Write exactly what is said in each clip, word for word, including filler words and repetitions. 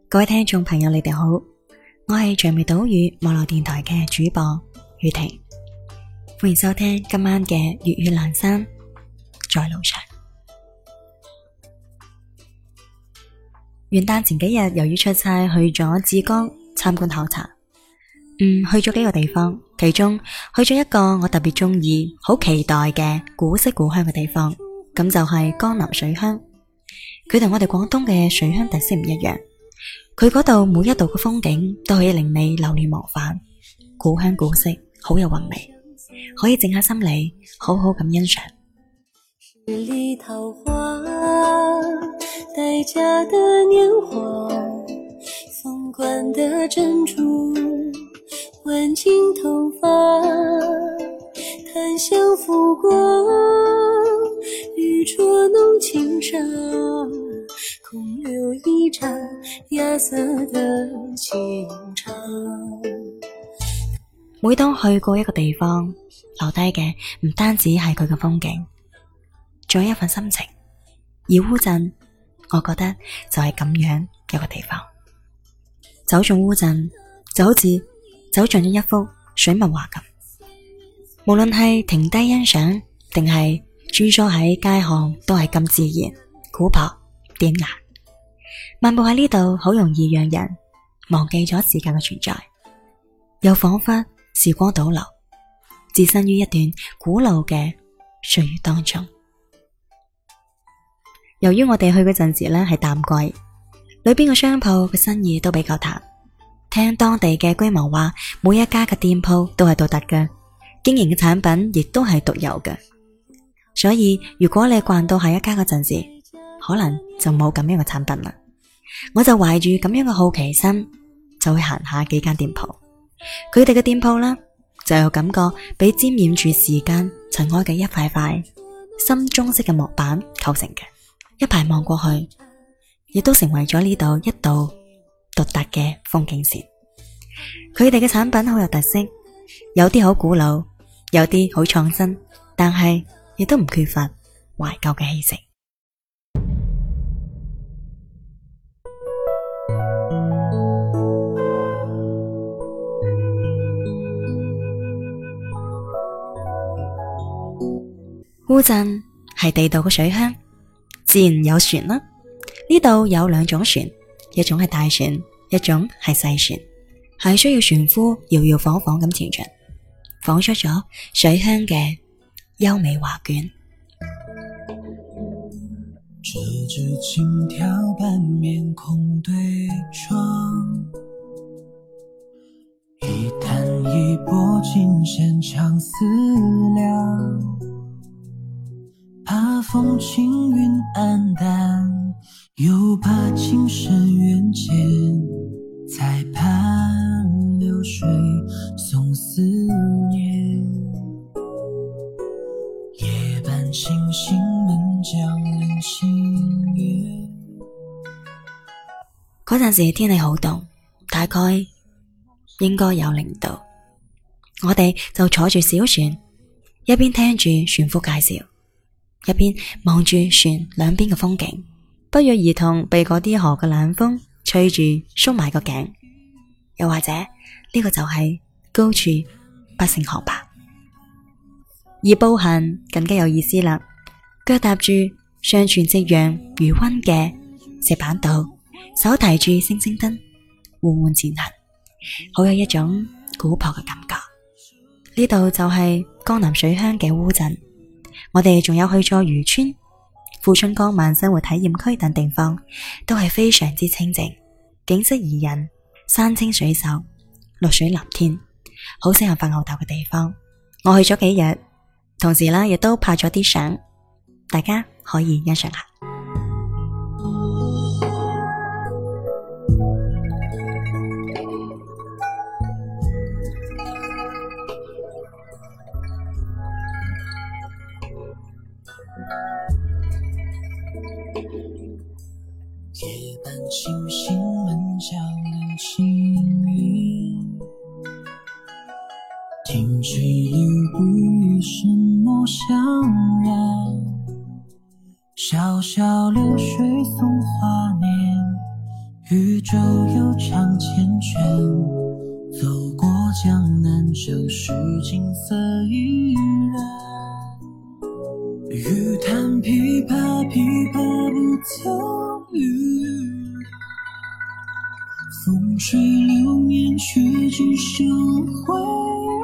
各位聽眾朋友，你哋好，我係長尾島嶼網絡電台嘅主播雨婷，歡迎收聽今晚嘅粵語闌珊在路上。元旦前幾日，由於出差去咗浙江參觀考察，嗯，去咗幾個地方，其中去咗一個我特別中意、好期待嘅古色古香嘅地方，咁就係江南水鄉。佢同我哋廣東嘅水鄉特色唔一樣，佢嗰度每一度嘅風景都可以令你流連忘返，古香古色，好有韻味，可以靜下心嚟，好好咁欣賞。 十里桃花，待嫁的年華，鳳冠的珍珠，挽進頭髮，檀香拂過，玉镯弄輕紗，空留一盞芽色的清茶。 每當去過一個地方，留低嘅唔單止係佢嘅風景，仲有一份心情。而烏鎮，我覺得就係咁樣一個地方。走進烏鎮，就好似走進咗一幅水墨畫咁。無論係停低欣賞，定係穿梭喺街巷，都係咁自然、古樸、典雅。漫步喺呢度，好容易讓人忘記咗時間嘅存在，又仿佛時光倒流，置身於一段古老嘅歲月當中。由於我哋去嗰陣時呢係淡季，裏邊嘅商鋪嘅生意都比較淡。聽當地嘅居民話，每一家嘅店鋪都係獨特嘅，經營嘅產品亦都係獨有嘅。所以如果你逛到下一家嗰陣時，可能就冇咁樣嘅產品啦。我就懷住咁樣嘅好奇心，就去行下幾間店鋪。佢哋嘅店鋪呢，就有感覺俾沾染住時間塵埃嘅一塊塊深棕色嘅木板構成嘅。一排望過去，亦都成為咗呢度一道獨特嘅風景線。佢哋嘅產品好有特色，有啲好古老，有啲好創新，但係亦都唔缺乏懷舊嘅氣息。烏鎮係地道嘅水鄉，自然有船啦。呢度有兩種船，一種係大船，一種係細船，係需要船夫搖搖晃晃咁前進，仿出咗水鄉嘅優美畫卷。 這支輕挑半面空對窗，一嘆一波盡現場思量，怕風輕雲黯淡，又怕情深緣淺，才盼流水送思念。夜半清醒門將人心月。 嗰陣時天氣好凍，大概應該有零度。我哋就坐住小船，一邊聽住船夫介紹，一邊望住船兩邊嘅風景，不約而同被嗰啲河嘅冷風吹住縮埋個頸。又或者呢、這個就係高處不勝寒吧。而步行更加有意思啦，腳踏住上傳夕陽餘溫嘅石板道，手提住星星燈，緩緩前行，好有一種古樸嘅感覺。呢度就係江南水鄉嘅烏鎮。我哋仲有去咗漁村、富春江灣生活體驗區等地方，都係非常之清靜，景色宜人，山清水秀，綠水藍天，好適合發吽哣嘅地方。我去咗幾日，同時啦亦都拍咗啲相，大家可以欣賞下。 夜半清醒門將人輕語，聽曲流不語什麼相然，小小流水送華年， 宇宙悠长缱绻，走过江南就是景色依然。欲弹琵琶，琵琶不曾语，风吹流年却只剩回忆。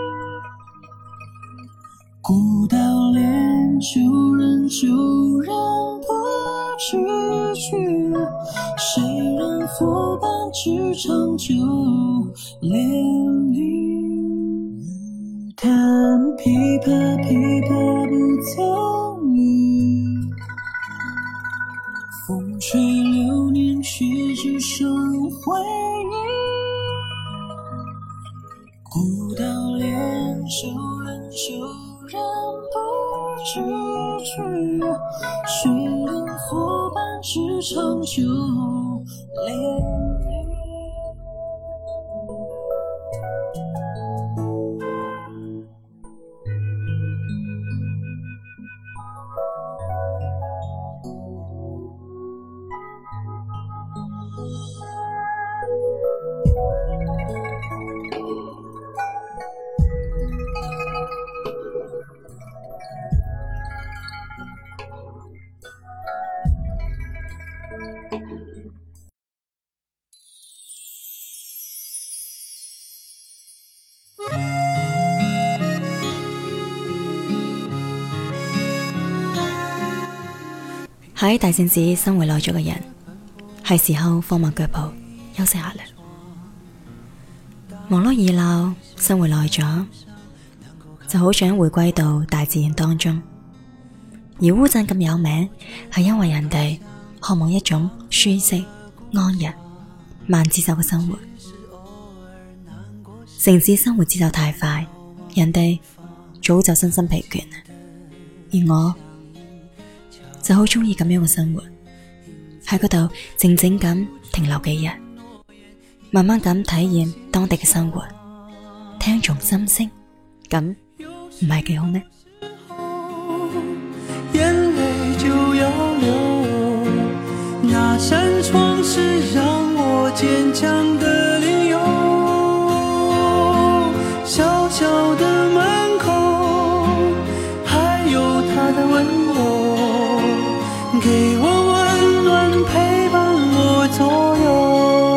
古道恋，旧人旧人不知去，谁人作伴只长久连理。弹琵琶，琵琶不曾语，风吹流年却只剩回忆。古道恋，旧人旧人不知去，谁人作伴只长久连理。 喺大城市生活耐咗嘅人，係時候放慢腳步，休息下啦。忙碌熱鬧，生活耐咗，就好想回歸到大自然當中。而烏鎮咁有名，係因為人哋渴望一種舒適、安逸、慢節奏嘅生活。城市生活節奏太快，人哋早就身心疲倦啦。而我就好鍾意咁樣嘅生活，喺嗰度靜靜咁停留幾日，慢慢咁體驗當地嘅生活，聽從心聲，咁唔係幾好咩？ 眼淚就要流，那扇窗是讓我堅強的理由，小小的門口還有它的溫柔，給我溫暖陪伴我左右。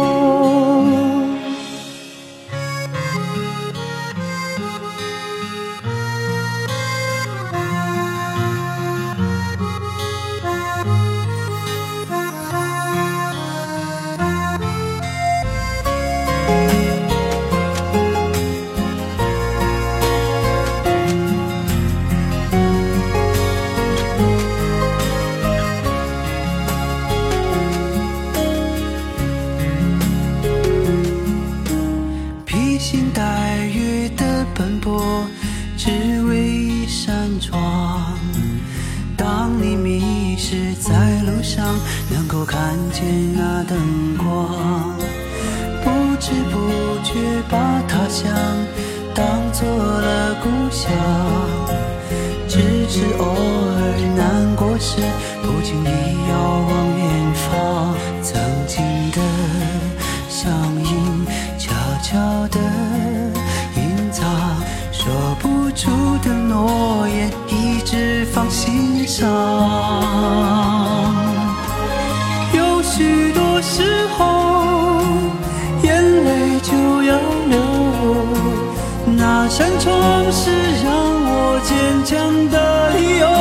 披星戴月的奔波，只為一扇窗。當你迷失在路上，能夠看見那燈光，不知不覺把他鄉當作了故鄉。只是偶爾難過時，不經意遙望遠方，曾經的相映悄悄地隱藏，說不出的諾言一直放心上。有許多時候眼淚就要流，那扇窗是讓我堅強的理由，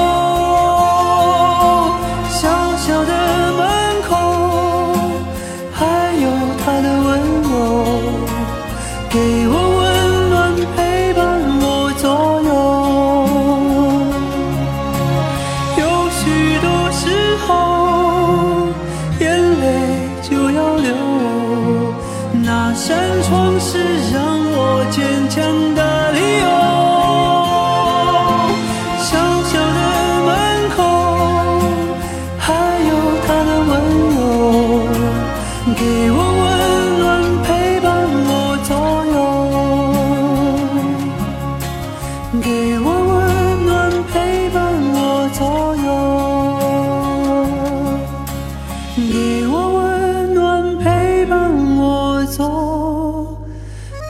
小小的門口還有它的溫柔，給我溫暖陪伴我左右。有許多時候眼淚就要流，那扇窗是讓我堅強的理由，小小的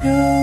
有